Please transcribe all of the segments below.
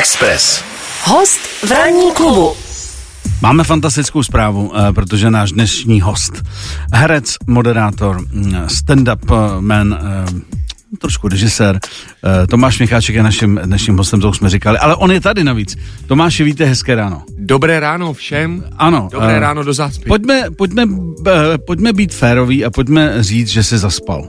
Express. Host v ranní klubu. Máme fantastickou zprávu, protože náš dnešní host, herec, moderátor, stand-up man, trošku režisér, Tomáš Měcháček je naším dnešním hostem, to už jsme říkali, ale on je tady navíc. Tomáši, víte, hezké ráno. Dobré ráno všem. Ano. Dobré ráno do zácpy. Pojďme být féroví a pojďme říct, že jsi zaspal.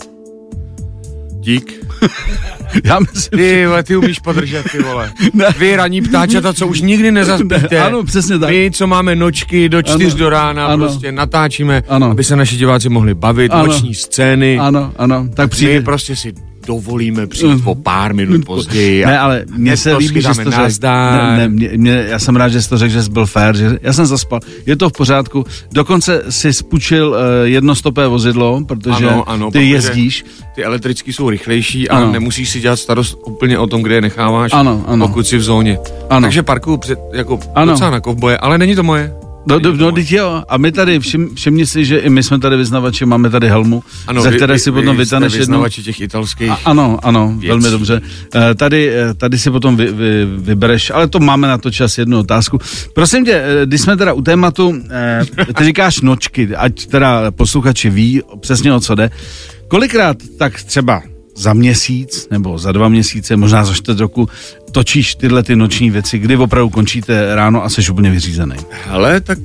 Dík. Já myslím, ty umíš podržet, ty vole. Vy ranní ptáčata, co už nikdy nezaspíte. Ano, přesně tak. My, co máme nočky do 4 do rána, ano. prostě natáčíme, Ano. aby se naši diváci mohli bavit, Ano. noční scény. Ano, tak přijde. My prostě si dovolíme přijít po pár minut později. Ne, ale mně se líbí, že jsi to řekl. Já jsem rád, že jsi to řekl, že jsi byl fér, že já jsem zaspal. Je to v pořádku. Dokonce si spučil jednostopé vozidlo, protože ano, ty jezdíš. Ty elektrický jsou rychlejší a Ano. nemusíš si dělat starost úplně o tom, kde je necháváš, Ano. pokud jsi v zóně. Ano. Takže parkuju jako Ano. docela na kovboje, ale není to moje. No, teď jo. A my tady, všimni si, že i my jsme tady vyznavači, máme tady helmu, za které si potom vytaneš jednu. Vyznavači těch italských. Ano, velmi dobře. Tady si potom vybereš, ale to máme na to čas, jednu otázku. Prosím tě, když jsme teda u tématu, ty říkáš nočky, ať teda posluchači ví přesně o co jde. Kolikrát tak třeba za měsíc nebo za 2 měsíce, možná za 4 roku, točíš tyhle ty noční věci, kdy opravdu končíte ráno a jsi úplně vyřízený? Hele, tak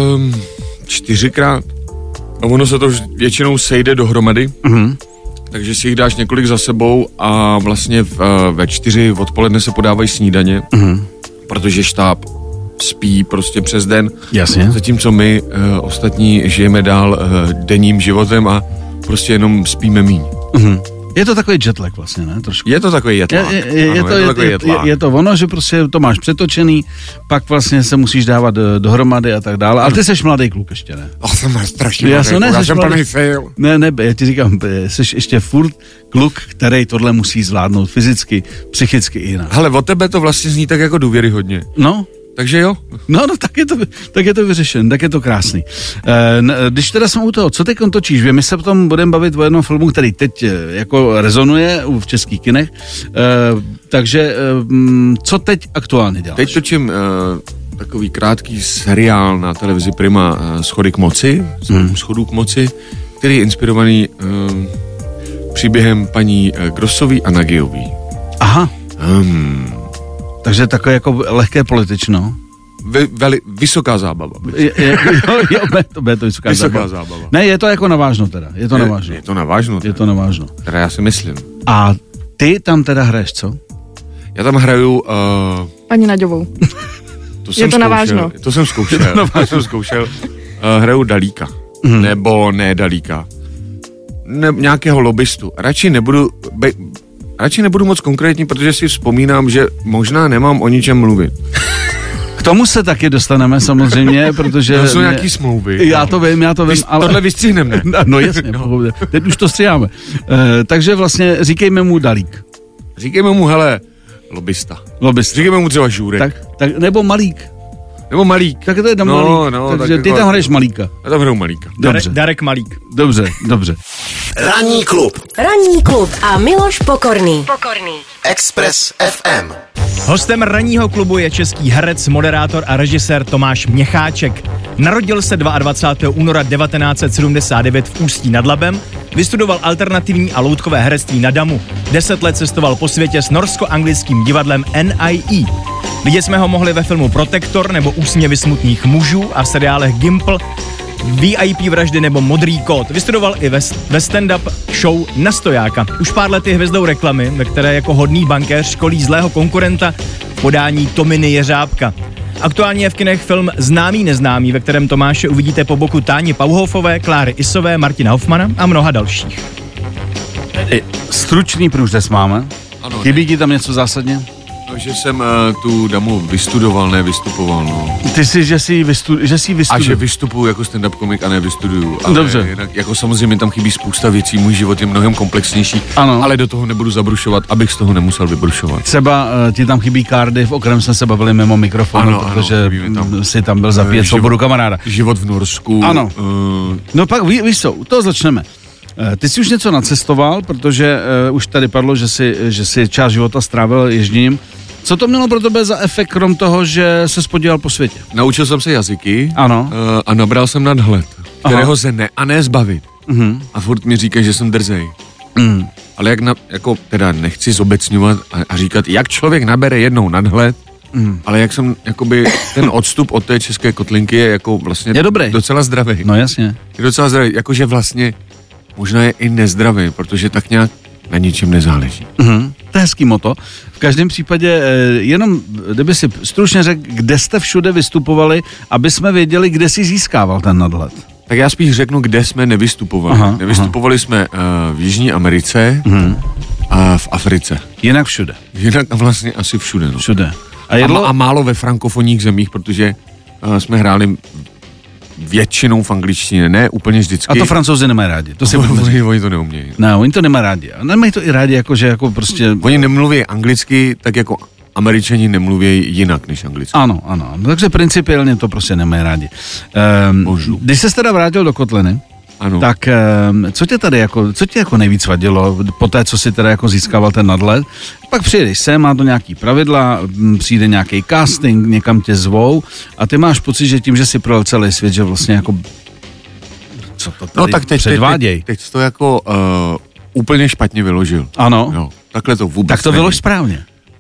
4krát. A ono se to většinou sejde dohromady, takže si jich dáš několik za sebou a vlastně ve 4 odpoledne se podávají snídaně, protože štáb spí prostě přes den. Jasně. Zatímco my ostatní žijeme dál denním životem a prostě jenom spíme míň. Je to takový jetlag vlastně, ne? Trošku. Je to takový jetlák. Je to ono, že prostě to máš přetočený, pak vlastně se musíš dávat dohromady a tak dále. Ale ty seš mladý kluk ještě, ne? Jsem strašně Já jsem plný fail. Ne, já ti říkám, jsi ještě furt kluk, který tohle musí zvládnout fyzicky, psychicky i jinak. Hele, od tebe to vlastně zní tak jako důvěryhodně. No. Takže jo. No, tak je to vyřešen, tak je to krásný. Když teda jsme u toho, co teď točíš? My se potom budeme bavit o jednom filmu, který teď jako rezonuje v českých kinech, takže co teď aktuálně děláš? Teď točím takový krátký seriál na televizi Prima Schody k moci, Schodů k moci, který je inspirovaný příběhem paní Grossový a Nagyový. Aha. Takže takové jako lehké politično. Vysoká zábava. To bude to vysoká zábava. Ne, je to jako navážno teda. Je to navážno. Teda já si myslím. A ty tam teda hraješ, co? Já tam hraju... Paní Naďovou. Je to navážno. To jsem zkoušel. Hraju Dalíka. Nebo ne Dalíka. Nějakého lobbystu. Radši nebudu moc konkrétní, protože si vzpomínám, že možná nemám o ničem mluvit. K tomu se taky dostaneme samozřejmě, protože... To jsou nějaký smlouvy. Já to vím, ale... Tohle vystřihneme, ne? No jasně, teď už to stříháme. Takže vlastně říkejme mu Dalík. Říkejme mu, hele, lobbysta. Říkejme mu třeba Žůrek. Tak nebo Malík. Nebo Malík. Tak to je tam Malík. Takže ty tam hraješ Malíka. Já tam hraju Malíka. Dobře. Darek Malík. Dobře. Ranní klub. Ranní klub a Miloš Pokorný. Express FM. Hostem ranního klubu je český herec, moderátor a režisér Tomáš Měcháček. Narodil se 22. února 1979 v Ústí nad Labem, vystudoval alternativní a loutkové herectví na Damu. 10 let cestoval po světě s norsko-anglickým divadlem NIE. Vidět jsme ho mohli ve filmu Protektor nebo Úsměvy smutných mužů a v seriálech Gimple, VIP vraždy nebo Modrý kód. Vystudoval i ve stand-up show Na stojáka. Už pár let je hvězdou reklamy, ve které jako hodný bankéř školí zlého konkurenta v podání Tominy Jeřábka. Aktuálně je v kinech film Známý neznámý, ve kterém Tomáše uvidíte po boku Táni Pauhofové, Kláry Isové, Martina Hoffmana a mnoha dalších. Stručný průřez máme. Ano, Chybí ti tam něco zásadně? No, že jsem tu Damu vystudoval, ne vystupoval, no. Ty si, že jsi vystudoval. A že vystupuju jako stand-up komik a ne vystuduju. Ale dobře. Jinak, jako samozřejmě tam chybí spousta věcí, můj život je mnohem komplexnější, ano. Ale do toho nebudu zabrušovat, abych z toho nemusel vybrušovat. Třeba ti tam chybí Cardiff, o kterém jsme se bavili mimo mikrofonu, protože si tam byl za 5 svobodu kamaráda. Život v Norsku. Ano. No pak víš co, u toho začneme. Ty jsi už něco nacestoval, protože už tady padlo, že jsi část života strávil ježděním Co to mělo pro tebe za efekt, krom toho, že se podíval po světě? Naučil jsem se jazyky. Ano. A nabral jsem nadhled, kterého se ne zbavit. A furt mi říká, že jsem drzej. Ale jako teda nechci zobecňovat a říkat, jak člověk nabere jednou nadhled, ale jak jsem, jakoby, ten odstup od té české kotlinky je jako vlastně docela zdravý. No jasně. Je docela zdravý, jakože vlastně možná je i nezdravý, protože tak nějak na ničem nezáleží. To je hezký moto. V každém případě jenom, kdyby si stručně řekl, kde jste všude vystupovali, aby jsme věděli, kde si získával ten nadhled. Tak já spíš řeknu, kde jsme nevystupovali. Nevystupovali jsme v Jižní Americe a v Africe. Jinak všude. Jinak vlastně asi všude. No. Všude. A málo ve frankofonních zemích, protože jsme hráli většinou v angličtině, ne úplně vždycky. A to Francouzi nemají rádi. To si oni to neumějí. No, oni to nemají rádi. A nemají to i rádi, jakože jako prostě... Oni nemluví anglicky, tak jako Američani nemluví jinak než anglicky. Ano. Takže principiálně to prostě nemají rádi. Když se teda vrátil do kotliny, ano. Tak co tě jako nejvíc vadilo po té, co si teda jako získával ten nadhled? Pak přijedeš sem, má to nějaký pravidla, přijde nějaký casting, někam tě zvou a ty máš pocit, že tím, že si projel celý svět, že vlastně jako co to tady předváděj. Teď to jako úplně špatně vyložil. Ano. Jo, takhle to vůbec tak to vylož správně.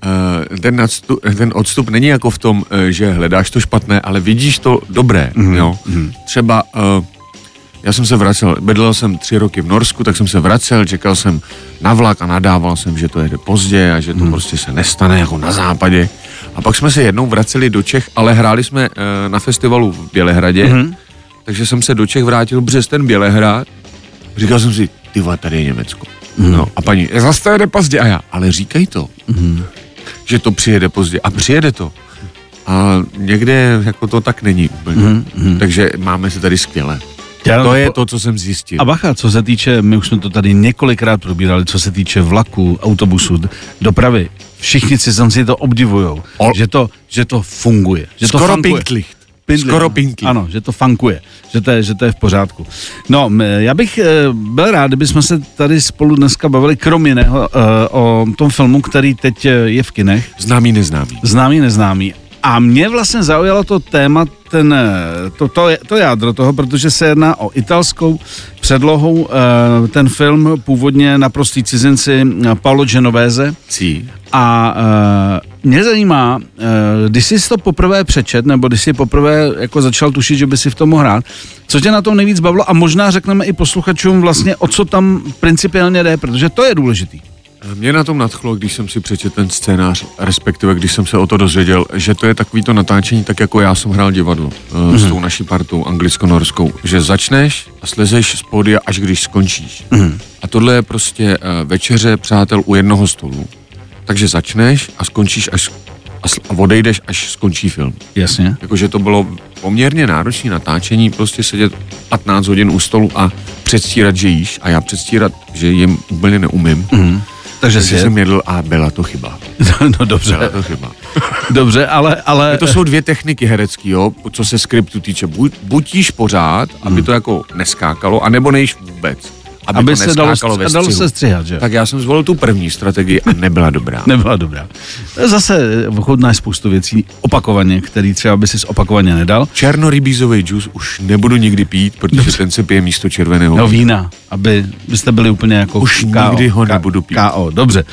Ten odstup není jako v tom, že hledáš to špatné, ale vidíš to dobré. Jo? Třeba já jsem se vracel, bydlel jsem 3 roky v Norsku, tak jsem se vracel, čekal jsem na vlak a nadával jsem, že to jede pozdě a že to prostě se nestane jako na západě. A pak jsme se jednou vraceli do Čech, ale hráli jsme na festivalu v Bělehradě, takže jsem se do Čech vrátil přes ten Bělehrad. Říkal jsem si, tyva, tady je Německo. No, a paní, zase to jede pozdě. A já, ale říkej to, že to přijede pozdě. A přijede to. A někde jako to tak není úplně. Takže máme se tady skvěle. To je to, co jsem zjistil. A bacha, co se týče, my už jsme to tady několikrát probírali, co se týče vlaku, autobusu, dopravy. Všichni cizinci to obdivujou, že to funguje. Že to skoro Pinktlicht. Skoro Pinktlicht. Ano, že to funkuje, že to je v pořádku. No, já bych byl rád, kdybychom se tady spolu dneska bavili krom jiného o tom filmu, který teď je v kinech. Známý, neznámý. Známý, neznámý. A mě vlastně zaujalo to téma, to jádro toho, protože se jedná o italskou předlohou, ten film původně Naprostí cizinci Paolo Genovese. A mě zajímá, když jsi to poprvé přečet, nebo když jsi poprvé jako začal tušit, že by si v tom mohl hrát, co tě na tom nejvíc bavilo a možná řekneme i posluchačům vlastně, o co tam principiálně jde, protože to je důležitý. Mě na tom nadchlo, když jsem si přečetl ten scénář, respektive když jsem se o to dozvěděl, že to je takovýto natáčení, tak jako já jsem hrál divadlo s tou naší partou anglicko-norskou, že začneš a slezeš z pódia, až když skončíš. A tohle je prostě večeře přátel u jednoho stolu. Takže začneš a skončíš a odejdeš, až skončí film. Jasně. Jakože to bylo poměrně náročné natáčení, prostě sedět 15 hodin u stolu a předstírat, že jíš, a já předstírat, že jim úplně neumím. Takže jsem jedl a byla to chyba. No dobře. Byla to chyba. Dobře, ale... To jsou 2 techniky herecký, jo, co se skriptu týče. Buď jíš pořád, aby to jako neskákalo, anebo nejíš vůbec. Aby to se dalo se střihat, že? Tak já jsem zvolil tu první strategii a nebyla dobrá. Nebyla dobrá. Zase ochutnáš spoustu věcí opakovaně, který třeba by si opakovaně nedal. Černorybízový džus už nebudu nikdy pít, protože ten se pije místo červeného. No vína, aby byste byli úplně jako už nikdy ho nebudu pít. KO, dobře.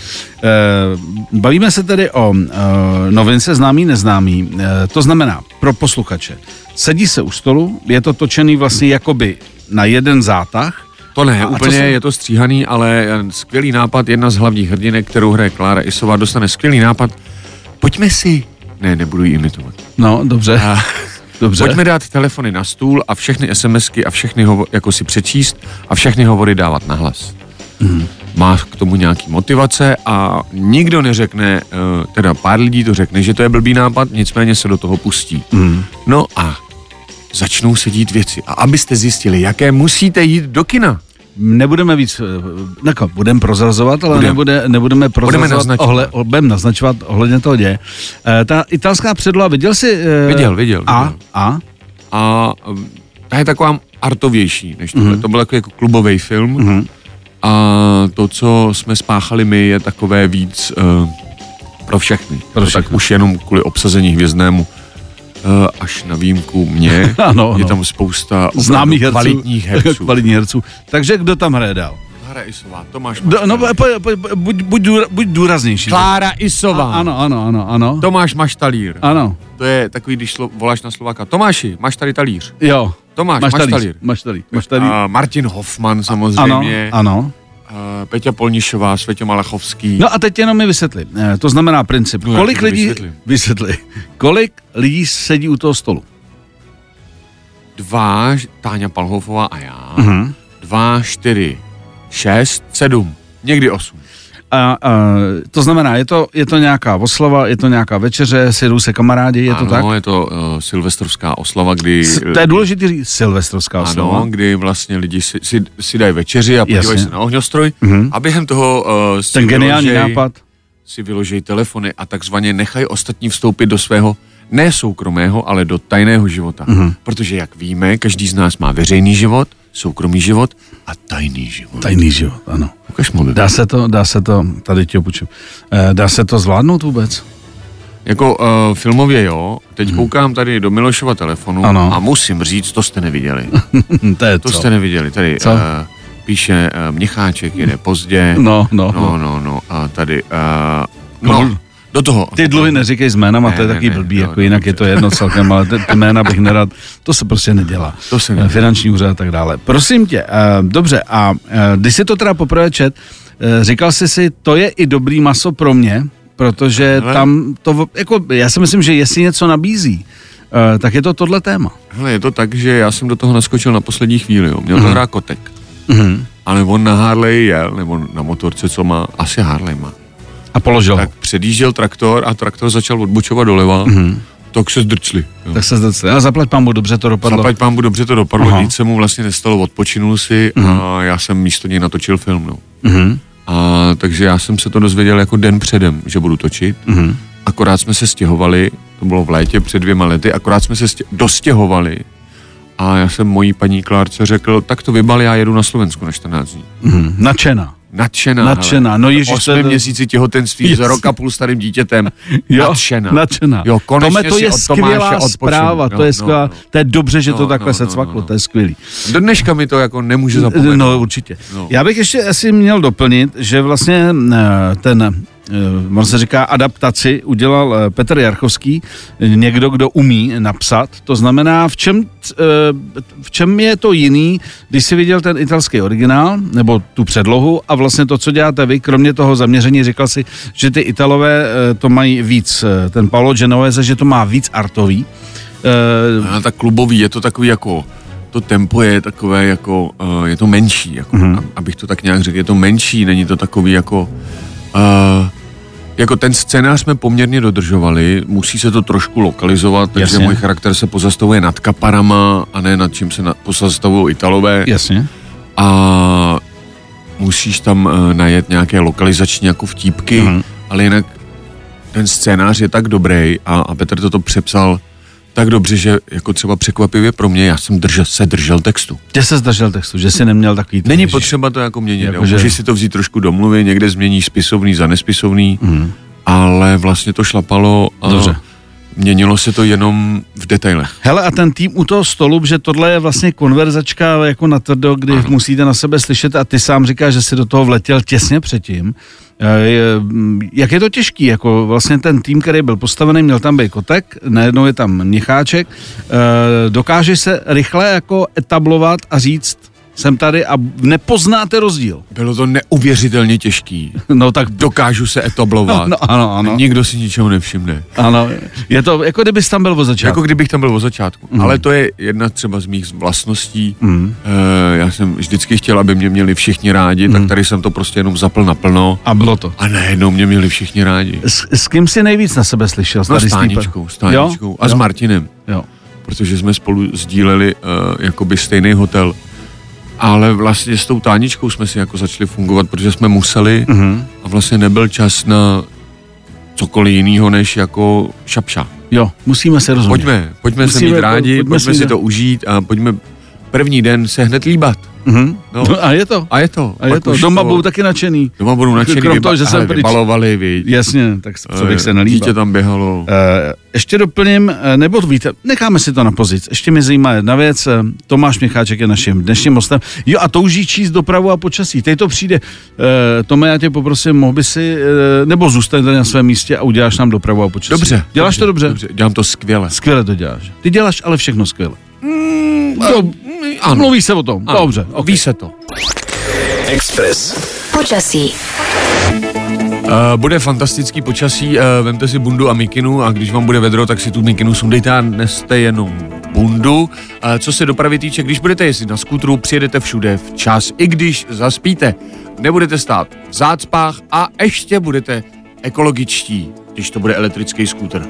Bavíme se tedy o novince Známý, neznámý. To znamená, pro posluchače, sedí se u stolu, je to točený vlastně jakoby na jeden zátah. To ne, úplně je to stříhaný, ale skvělý nápad, jedna z hlavních hrdinek, kterou hraje Klára Isová, dostane skvělý nápad. Pojďme si... Ne, nebudu ji imitovat. No, dobře. Dobře. Pojďme dát telefony na stůl a všechny SMSky a všechny jako si přečíst a všechny hovory dávat na hlas. Má k tomu nějaký motivace a nikdo neřekne, teda pár lidí to řekne, že to je blbý nápad, nicméně se do toho pustí. No a začnou se dít věci. A abyste zjistili, jaké musíte jít do kina. Nebudeme víc, budeme prozrazovat, ale nebudeme prozrazovat, budeme naznačovat ohledně toho děje. Ta italská předloha, viděl jsi? Viděl. A ta je taková artovější než tohle. To byl jako klubový film. A to, co jsme spáchali my, je takové víc Pro všechny. Pro všechny. Tak už jenom kvůli obsazení Hvězdnému, až na výjimku mě, ano, je tam spousta známých herců. Kvalitních herců. Kvalitních herců. Takže kdo tam hraje dál? Klára Isová, Tomáš Maštalír. No, buď důraznější. Klára Isová. Ano. Tomáš Maštalír. Ano. To je takový, když voláš na Slováka. Tomáši, máš tady talíř. Jo. Tomáš Maštalír. Martin Hoffman samozřejmě. Ano. Peťa Polnišová, Světě Malachovský. No a teď jenom mi vysvětli. To znamená princip. No, kolik lidí... Vysvětli. Kolik lidí sedí u toho stolu? 2, Táňa Palhofová a já. 2, 4, 6, 7, někdy 8. A to znamená, je to nějaká oslava, je to nějaká večeře, sjedou se kamarádi, je to tak? Ano, je to silvestrovská oslava, kdy... To je důležitý říct, silvestrovská oslava. Ano, kdy vlastně lidi si dají večeři a podívají se na ohňostroj a během toho ten geniální nápad si vyloží telefony a takzvaně nechají ostatní vstoupit do svého ne soukromého, ale do tajného života. Protože jak víme, každý z nás má veřejný život, soukromý život a tajný život. Tajný život, ano. Ukaž mobil. Dá se to, tady ti opučím, dá se to zvládnout vůbec? Jako filmově jo, teď koukám tady do Milošova telefonu a musím říct, to jste neviděli. To jste neviděli, tady píše Měcháček, jede pozdě. No. A tady, do toho. Ty dluhy neříkej s jménama, to je taky blbý, jako jinak je to jedno celkem, ale ty jména bych nerad, to se prostě nedělá. To se nedělá. Finanční úřad a tak dále. Prosím tě, dobře, a když jsi to teda poprvé čet, říkal jsi si, to je i dobrý maso pro mě, protože tam to, jako, já si myslím, že jestli něco nabízí, tak je to tohle téma. Hele, je to tak, že já jsem do toho naskočil na poslední chvíli, jo. Měl to hrát Kotek. Ale on na Harley jel, nebo na motorce, co má, asi Harley má. A položil. Tak předjížděl traktor a traktor začal odbočovat doleva, tak se zdrcli. Jo. Tak se zdrcli. A zaplať pánbu, dobře to dopadlo. Nic se mu vlastně nestalo, odpočinul si a já jsem místo něj natočil film, no. A takže já jsem se to dozvěděl jako den předem, že budu točit. Akorát jsme se stěhovali, to bylo v létě před 2 lety, akorát jsme se dostěhovali a já jsem mojí paní Klárce řekl, tak to vybal, já jedu na Slovensku na 14 dní. Nadšená. No ježiš, 8 měsíci těhotenství, za rok a půl starým dítětem. Nadšená. Jo, konečně to je skvělá zpráva, to je skvělá, to je dobře, že to takhle se cvaklo, to je skvělý. Do dneška mi to jako nemůže zapomenout. No určitě. No. Já bych ještě asi měl doplnit, že vlastně on se říká adaptaci, udělal Petr Jarchovský, někdo, kdo umí napsat. To znamená, v čem je to jiný, když jsi viděl ten italský originál, nebo tu předlohu a vlastně to, co děláte vy, kromě toho zaměření, říkal si, že ty Italové to mají víc, ten Paolo Genovese, že to má víc artový. Tak klubový, je to takový jako, to tempo je takové jako, je to menší, jako, abych to tak nějak řekl, je to menší, není to takový jako... Jako ten scénář jsme poměrně dodržovali, musí se to trošku lokalizovat, takže můj charakter se pozastavuje nad kaparama a ne nad čím se pozastavují Italové. Jasně. A musíš tam najet nějaké lokalizační jako vtípky, ale jinak ten scénář je tak dobrý a Petr toto přepsal tak dobře, že jako třeba překvapivě pro mě, já jsem se držel textu. Že se zdržel textu, že jsi neměl takový... Není potřeba to jako měnit, jako můžeš si to vzít trošku do mluvy, někde změníš spisovný za nespisovný, ale vlastně to šlapalo a měnilo se to jenom v detailech. Hele, a ten tým u toho stolu, že tohle je vlastně konverzačka jako natvrdo, kdy musíte na sebe slyšet a ty sám říkáš, že jsi do toho vletěl těsně předtím. Jak je to těžký, jako vlastně ten tým, který byl postavený, měl tam být Kotek, najednou je tam Měcháček, dokážeš se rychle jako etablovat a říct, jsem tady a nepoznáte rozdíl. Bylo to neuvěřitelně těžký. No tak dokážu se etablovat. No, ano. Nikdo si ničeho nevšimne. Ano, je to jako kdybys tam byl od začátku. Jako kdybych tam byl od začátku. Ale to je jedna třeba z mých vlastností. Já jsem vždycky chtěl, aby mě měli všichni rádi, tak tady jsem to prostě jenom zapl naplno. A bylo to. A najednou mě měli všichni rádi. S kým jsi nejvíc na sebe slyšel? No, s Táničkou a s Martinem. Jo. Protože jsme spolu sdíleli jakoby stejný hotel. Ale vlastně s tou Táničkou jsme si jako začali fungovat, protože jsme museli a vlastně nebyl čas na cokoliv jiného, než jako šapša. Jo, musíme se rozumět. Pojďme se mít rádi, pojďme si to užít a pojďme první den se hned líbat. Mm-hmm. No. A je to. A je to. A je to. Doma budou taky nadšený. Doma budou nadšený, Krom toho, že jsem vybalovali, víš. Jasně, tak co bych se nelíbal. Dítě tam běhalo. Ještě doplním, nebo víte, necháme si to na pozic. Ještě mě zajímá jedna věc. Tomáš Měcháček je naším dnešním hostem. Jo, a touží číst dopravu a počasí. Teď to přijde. Tome, já tě poprosím, mohl by si, nebo zůstaň tady na svém místě a uděláš nám dopravu a počasí. Dobře. Děláš to dobře? Dělám to skvěle. Skvěle to děláš. Ty děláš ale všechno skvěle. Ano. Mluví se o tom. Ano. Dobře. Okay. Ví se to. Express. Počasí. Bude fantastický počasí, vemte si bundu a mikinu a když vám bude vedro, tak si tu mikinu sundejte a neste jenom bundu. Co se dopravy týče, když budete jezdit na skútru, přijedete všude včas, i když zaspíte. Nebudete stát v zácpách a ještě budete ekologičtí, když to bude elektrický skútr.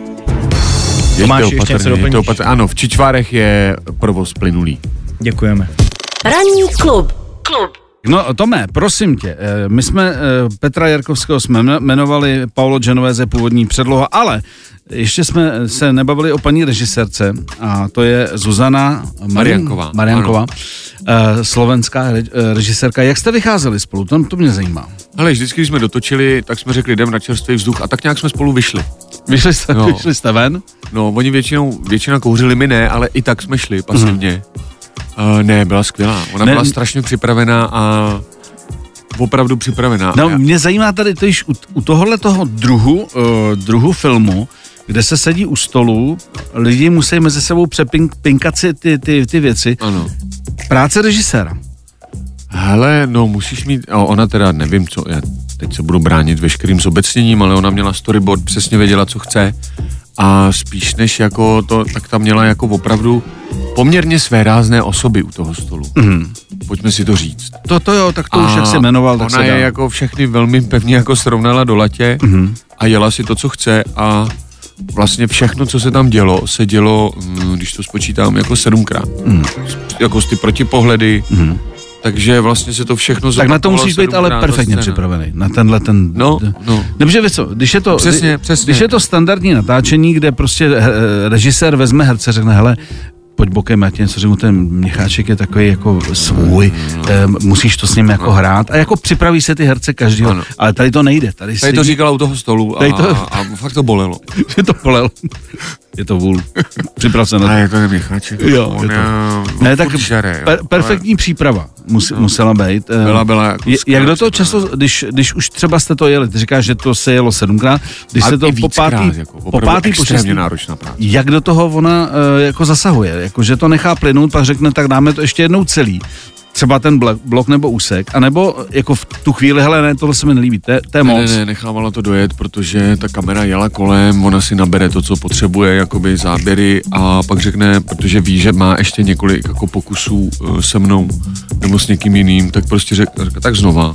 Tomáš, ještě něco doplníš? Ano, v Čičvárech je provoz plynulý. Děkujeme. Ranní klub. No, Tome, prosím tě, my jsme Petra Jarkovského jsme jmenovali Paolo Genovese původní předloha, ale ještě jsme se nebavili o paní režisérce a to je Zuzana Marianková, slovenská režisérka. Jak jste vycházeli spolu? To mě zajímá. Ale vždycky, když jsme dotočili, tak jsme řekli, jdem na čerstvý vzduch a tak nějak jsme spolu vyšli. Vyšli jste ven? No, oni většina kouřili, my ne, ale i tak jsme šli pasivně. Ne, byla skvělá. Ona byla strašně připravená a opravdu připravená. No, mě zajímá tady totiž u tohohle toho druhu filmu, kde se sedí u stolu, lidi musí mezi sebou přepinkat si ty věci. Ano. Práce režiséra. Hele, no musíš mít, ona teda nevím co, já teď se budu bránit veškerým zobecněním, ale ona měla storyboard, přesně věděla, co chce a spíš než jako to, tak tam měla jako opravdu poměrně své rázné osoby u toho stolu. Mm. Pojďme si to říct. To jo, tak to už jak se jmenoval, tak se dá. Ona je jako všechny velmi pevně jako srovnala do latě a jela si to, co chce a vlastně všechno, co se tam dělo, se dělo, když to spočítám, jako 7krát. Jako ty protipohledy, takže vlastně se to všechno tak na to musíš být ale perfektně připravený. Na tenhle ten... No. Dobře, víš co, když je to... Přesně. Když je to standardní natáčení, kde prostě režisér vezme herce, řekne, hele, pojď bokem, já ti něco řeknu, ten Měcháček je takový jako svůj, musíš to s ním jako hrát a jako připraví se ty herce každýho, ale tady to nejde. Tady to říkala u toho stolu a fakt to bolelo. to bolelo. Je to vůl. Připrav se na to. A je to Měcháček. Jo, je to. Ne, tak perfektní příprava musela být. Byla jako jak do toho často, když už třeba jste to jeli, ty říkáš, že to se jelo 7krát, když se to po pátý extrémně náročná práce. Jak do toho ona jako zasahuje, jako že to nechá plynout, pak řekne, tak dáme to ještě jednou celý. Třeba ten blok nebo úsek, anebo jako v tu chvíli, hele, ne, tohle se mi nelíbí, to je moc. Ne, nechávala to dojet, protože ta kamera jela kolem, ona si nabere to, co potřebuje, jakoby záběry a pak řekne, protože ví, že má ještě několik jako pokusů se mnou nebo s někým jiným, tak prostě řekne, tak znova.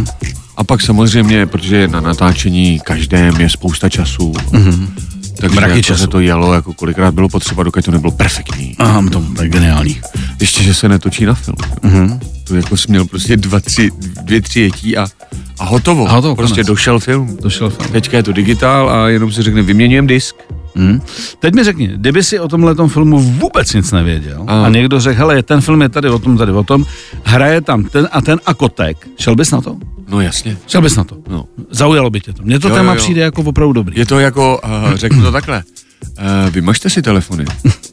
A pak samozřejmě, protože na natáčení každém je spousta času, takže jako se to jelo, jako kolikrát bylo potřeba, dokud to nebylo perfektní. Aha, to je geniální. Ještě, že se netočí na film. To jako jsi měl prostě 2-3 jetí a hotovo. Prostě konec. Došel film. Teďka je to digitál a jenom si řekne, vyměňujem disk. Teď mi řekni, kdyby si o tomhletom filmu vůbec nic nevěděl a někdo řekl, hele, ten film je tady o tom, hraje tam ten a Kotek, šel bys na to? No jasně. Šel bys na to? No. Zaujalo by tě to. Mně to téma přijde jako opravdu dobrý. Je to jako, řeknu to takhle, vymažte si telefony.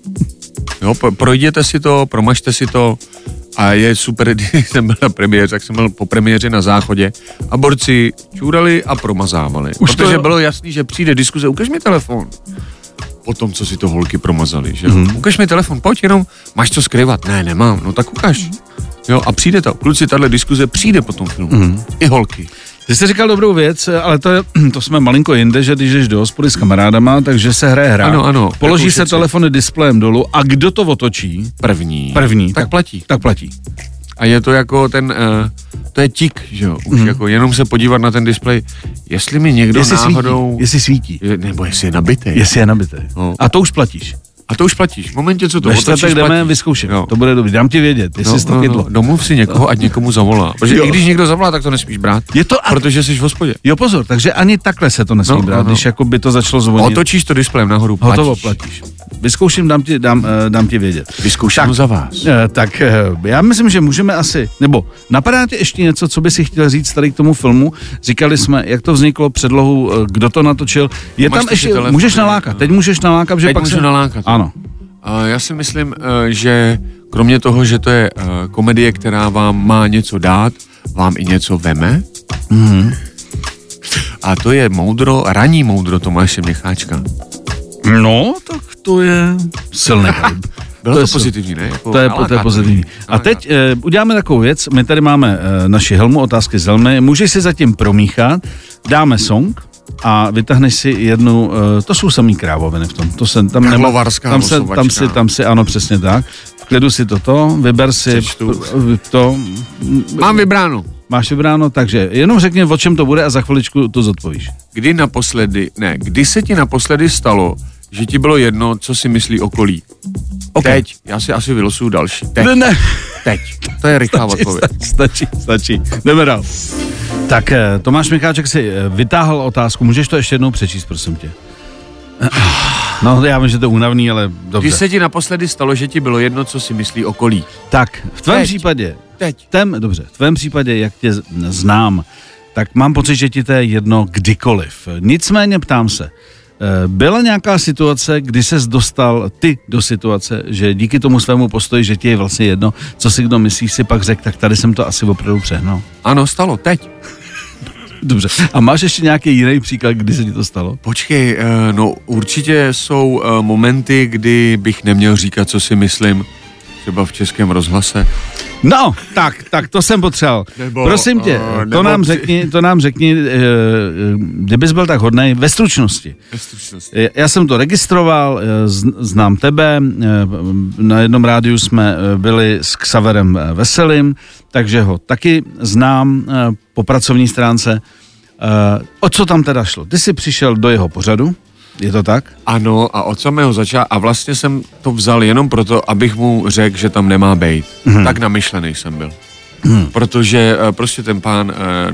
Jo, projděte si to, promažte si to a je super, když jsem byl na premiéře, tak jsem byl po premiéře na Záchodě a borci čůrali a promazávali. Protože bylo jasný, že přijde diskuze, ukaž mi telefon. Po tom, co si to holky promazali, že ukaž mi telefon, pojď jenom, máš co skrývat? Ne, nemám, no tak ukaž. Jo, a přijde to, kluci, tahle diskuze přijde po tom filmu. I holky. Ty jsi říkal dobrou věc, ale to jsme malinko jinde, že když jdeš do hospody s kamarádama, takže se hraje hra. Ano. Položí se telefony displejem dolů a kdo to otočí? První. Tak platí. Tak platí. A je to jako to je tik, že jo, už jako jenom se podívat na ten displej, jestli mi někdo náhodou... Jestli svítí. Nebo jestli je nabitý. No. A to už platíš. V momentě, co to otočíš, tak jdeme, vyzkouším. To bude dobrý, dám ti vědět, jestli jsi to chytlo. Domluv si někoho, ať někomu zavolá. Protože i když někdo zavolá, tak to nesmíš brát, protože jsi v hospodě. Jo, pozor, takže ani takhle se to nesmí brát, když jako by to začalo zvonit. Otočíš to displejem nahoru, platíš. vyzkouším, dám ti vědět. Vyzkouším za vás. Tak já myslím, že můžeme asi, nebo napadá tě ještě něco, co by si chtěl říct tady k tomu filmu? Říkali jsme, jak to vzniklo, předlohu, kdo to natočil. Je tam ještě, můžeš nalákat, teď můžeš nalákat, že teď pak můžu nalákat. Ano. Já si myslím, že kromě toho, že to je komedie, která vám má něco dát, vám i něco veme. Mm. A to je ranní moudro Tomáše Měcháčka. No, tak to je silné. Bylo to pozitivní, ne? Jako to je pozitivní. A teď uděláme takovou věc, my tady máme naši helmu, otázky z helmy, můžeš si zatím promíchat, dáme song a vytáhneš si jednu, to jsou samý krávoviny v tom, to se tam Karlovarská tam si, ano, přesně tak, v klidu si vyber si to. Mám vybráno. Máš vybráno, takže jenom řekni, o čem to bude a za chviličku to zodpovíš. Kdy se ti naposledy stalo, že ti bylo jedno, co si myslí okolí? Okay. Teď, já si asi vylosuju další. Teď. To je rychlá odpověď. Stačí. Jdeme dál. Tak Tomáš Měcháček si vytáhl otázku, můžeš to ještě jednou přečíst, prosím tě. No, já vím, že to je únavný, ale dobře. Kdy se ti naposledy stalo, že ti bylo jedno, co si myslí okolí? Tak, v tvém případě, v tvém případě, jak tě znám, tak mám pocit, že ti to je jedno kdykoliv. Nicméně ptám se, byla nějaká situace, kdy ses dostal ty do situace, že díky tomu svému postoji, že ti je vlastně jedno, co si kdo myslí, si pak řekl, tak tady jsem to asi opravdu přehnal. Ano, stalo, teď. Dobře. A máš ještě nějaký jiný příklad, kdy se ti to stalo? Počkej, no určitě jsou momenty, kdy bych neměl říkat, co si myslím, třeba v Českém rozhlase. No, tak to jsem potřeboval. Prosím tě, to nám řekni, kdybys byl tak hodnej, ve stručnosti. Já jsem to registroval, znám tebe, na jednom rádiu jsme byli s Xaverem Veselým, takže ho taky znám po pracovní stránce. O co tam teda šlo? Ty jsi přišel do jeho pořadu, je to tak? Ano, a od samého začátku, a vlastně jsem to vzal jenom proto, abych mu řekl, že tam nemá bejt. Tak namyšlený jsem byl. Protože prostě ten pán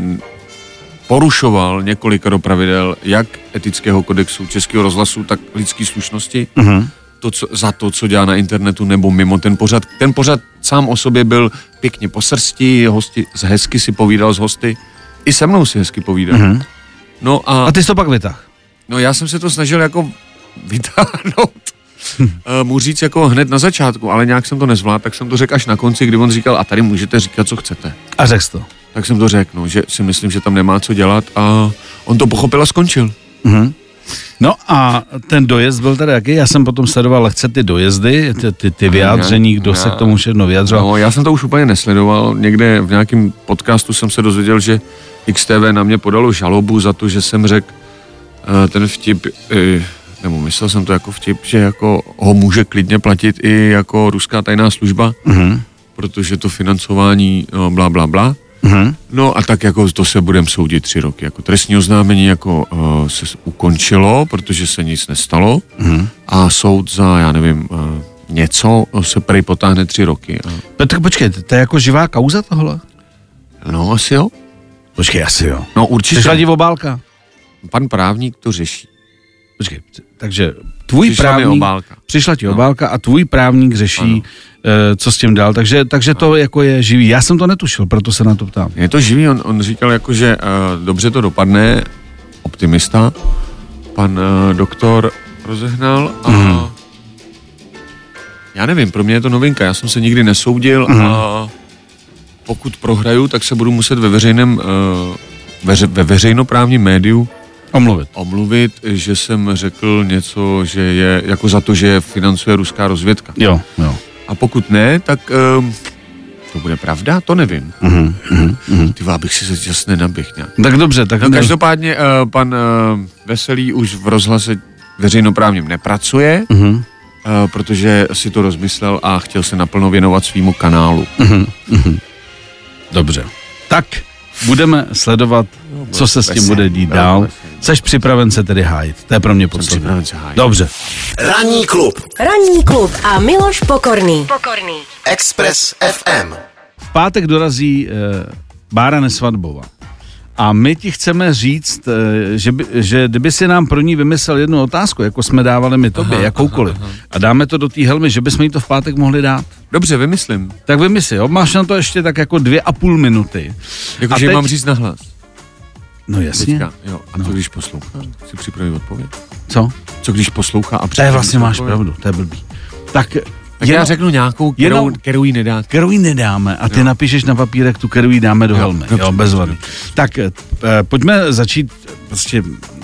porušoval několikero pravidel, jak etického kodexu Českého rozhlasu, tak lidské slušnosti. Za to, co dělá na internetu nebo mimo ten pořad. Ten pořad sám o sobě byl pěkně po srsti, hosti hezky si povídal s hosty. I se mnou si hezky povídal. No a ty jsi to pak vytáhl? No já jsem se to snažil jako vytáhnout, mu říct jako hned na začátku, ale nějak jsem to nezvládl, tak jsem to řekl až na konci, kdy on říkal, a tady můžete říkat, co chcete. A řekl to? Tak jsem to řekl, no, že si myslím, že tam nemá co dělat a on to pochopil a skončil. No a ten dojezd byl tady jaký? Já jsem potom sledoval lehce ty dojezdy, ty vyjádření, kdo se k tomu všechno vyjadřoval. No, já jsem to už úplně nesledoval. Někde v nějakém podcastu jsem se dozvěděl, že XTV na mě podalo žalobu za to, že jsem řekl ten vtip, nebo myslel jsem to jako vtip, že jako ho může klidně platit i jako ruská tajná služba, protože to financování bla, bla, bla. No a tak jako to se budeme soudit 3 roky. Jako trestní oznámení jako se ukončilo, protože se nic nestalo a soud za, já nevím, něco se prej potáhne 3 roky. Petr, počkej, to je jako živá kauza tohle? No asi jo. Počkej, asi jo. No určitě. Přišla ti obálka? Pan právník to řeší. Počkej, takže tvůj právník, přišla ti obálka a tvůj právník řeší, co s tím dál, takže to jako je živý. Já jsem to netušil, proto se na to ptám. Je to živý, on říkal jako, že dobře to dopadne, optimista, pan doktor rozehnal a já nevím, pro mě je to novinka, já jsem se nikdy nesoudil a pokud prohraju, tak se budu muset ve veřejnoprávním médiu omluvit, že jsem řekl něco, že je jako za to, že financuje ruská rozvědka. Jo. A pokud ne, tak to bude pravda? To nevím. Ty abych si se čas nenaběh nějak. Tak dobře. Tak každopádně pan Veselý už v rozhlase veřejnoprávním nepracuje, protože si to rozmyslel a chtěl se naplno věnovat svýmu kanálu. Dobře. Tak budeme sledovat, co se s tím bude dít dál. Jseš připraven se tedy hájit. To je pro mě podstatné. Dobře. Ranní klub a Miloš Pokorný. Express FM. V pátek dorazí Bára Nesvadbová. A my ti chceme říct, že kdyby si nám pro ní vymyslel jednu otázku, jako jsme dávali my tobě, jakoukoliv, a dáme to do té helmy, že bychom jí to v pátek mohli dát. Dobře, vymyslím. Tak vymysli, jo? Máš na to ještě tak jako 2,5 minuty. Jakože mám říct nahlas. No jasně. Teďka, jo. A co když poslouchá? Si připraví odpověď. Co? Co když poslouchá a To je vlastně máš pravdu, to je blbý. Tak já řeknu nějakou, kterou jí nedá. Kterou jí nedáme a ty napíšeš na papírek tu, kterou jí dáme do helmy. Jo, bez vady. Tak pojďme začít prostě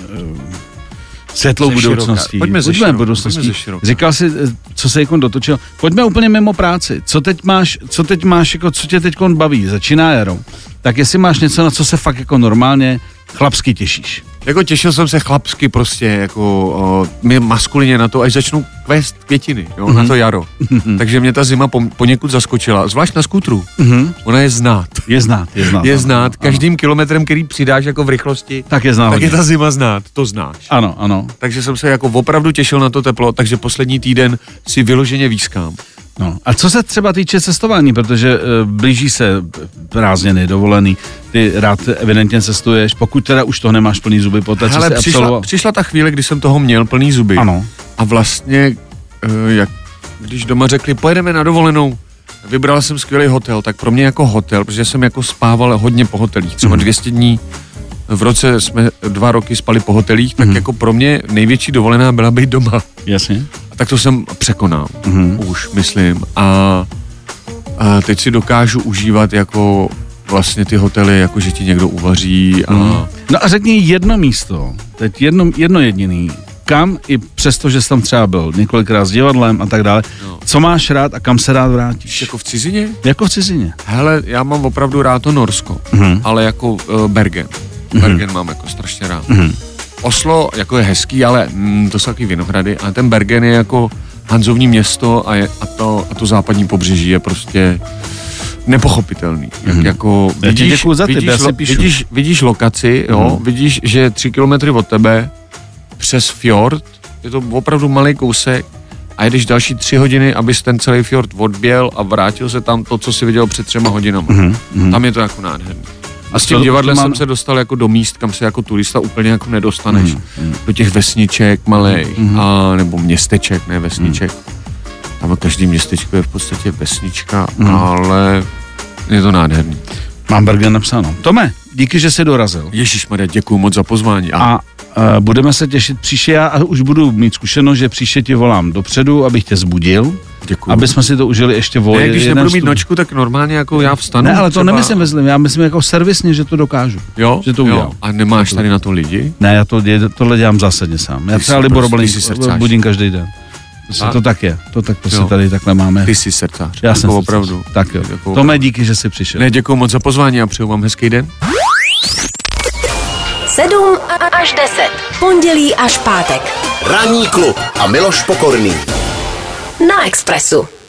světlou budoucností. Pojďme budoucností. Říkal jsi, co se jako dotočil. Pojďme úplně mimo práci. Co teď máš, jako, co tě teď baví? Začíná jaro. Tak jestli máš něco, na co se fakt jako normálně chlapsky těšíš. Jako těšil jsem se chlapsky prostě, jako maskulině na to, až začnou kvést květiny, jo, na to jaro. Takže mě ta zima poněkud zaskočila, zvlášť na skútru. Ona je znát. Je znát. Každým kilometrem, který přidáš jako v rychlosti, tak je znát. Tak je ta zima znát, to znáš. Ano. Takže jsem se jako opravdu těšil na to teplo, takže poslední týden si vyloženě výskám. No. A co se třeba týče cestování, protože blíží se prázdniny, dovolený, ty rád evidentně cestuješ, pokud teda už toho nemáš plný zuby po té, co jsi absolvoval. Přišla ta chvíle, kdy jsem toho měl plný zuby. Ano. A vlastně, když doma řekli, pojedeme na dovolenou, vybral jsem skvělý hotel, tak pro mě jako hotel, protože jsem jako spával hodně po hotelích, třeba 200 dní v roce jsme 2 roky spali po hotelích, tak jako pro mě největší dovolená byla být doma. Jasně. Tak to jsem překonal, už myslím. A teď si dokážu užívat jako vlastně ty hotely, jako že ti někdo uvaří. No a řekni jedno místo, teď jedno jediný, kam i přesto, že jsi tam třeba byl několikrát s divadlem a tak dále, co máš rád a kam se rád vrátíš? Jako v cizině? Jako v cizině. Hele, já mám opravdu rád to Norsko, ale jako Bergen. Bergen mám jako strašně rád. Oslo jako je hezký, ale to jsou taky vinohrady, ale ten Bergen je jako hanzovní město a to západní pobřeží je prostě nepochopitelný. Jako vidíš lokaci, jo, vidíš, že 3 kilometry od tebe přes fjord, je to opravdu malý kousek a jedeš další 3 hodiny, abys ten celý fjord odběl a vrátil se tam to, co jsi viděl před 3 hodinami. Tam je to jako nádherný. A s tím divadlem jsem se dostal jako do míst, kam se jako turista úplně jako nedostaneš. Do těch vesniček malých, nebo městeček, ne vesniček. Tam každý městečko je v podstatě vesnička, ale je to nádherný. Mám Bergen napsáno. Tome, díky, že jsi dorazil. Ježišmarja, děkuju moc za pozvání. A budeme se těšit příště, já už budu mít zkušenost, že příště ti volám dopředu, abych tě zbudil. Děkuju. Aby jsme si to užili ještě Ne, když nebudu mít nočku, tak normálně jako já vstanu. Ne, ale to nemyslím, já myslím jako servisně, že to dokážu. Jo? Že to udělám. A nemáš tady na to lidi? Ne, já tohle dělám zásadně sám. Já třeba Libor Oblík budím každý den. To tak je. To tak prostě tady takhle máme. Ty jsi srdcář. Já jsem opravdu. Tak jo. Tome, díky, že jsi přišel. Ne, děkuju moc za pozvání a přeju vám hezký den. 7 až 10. Pondělí až pátek. Ranní klub a Miloš Pokorný. Na Expressu.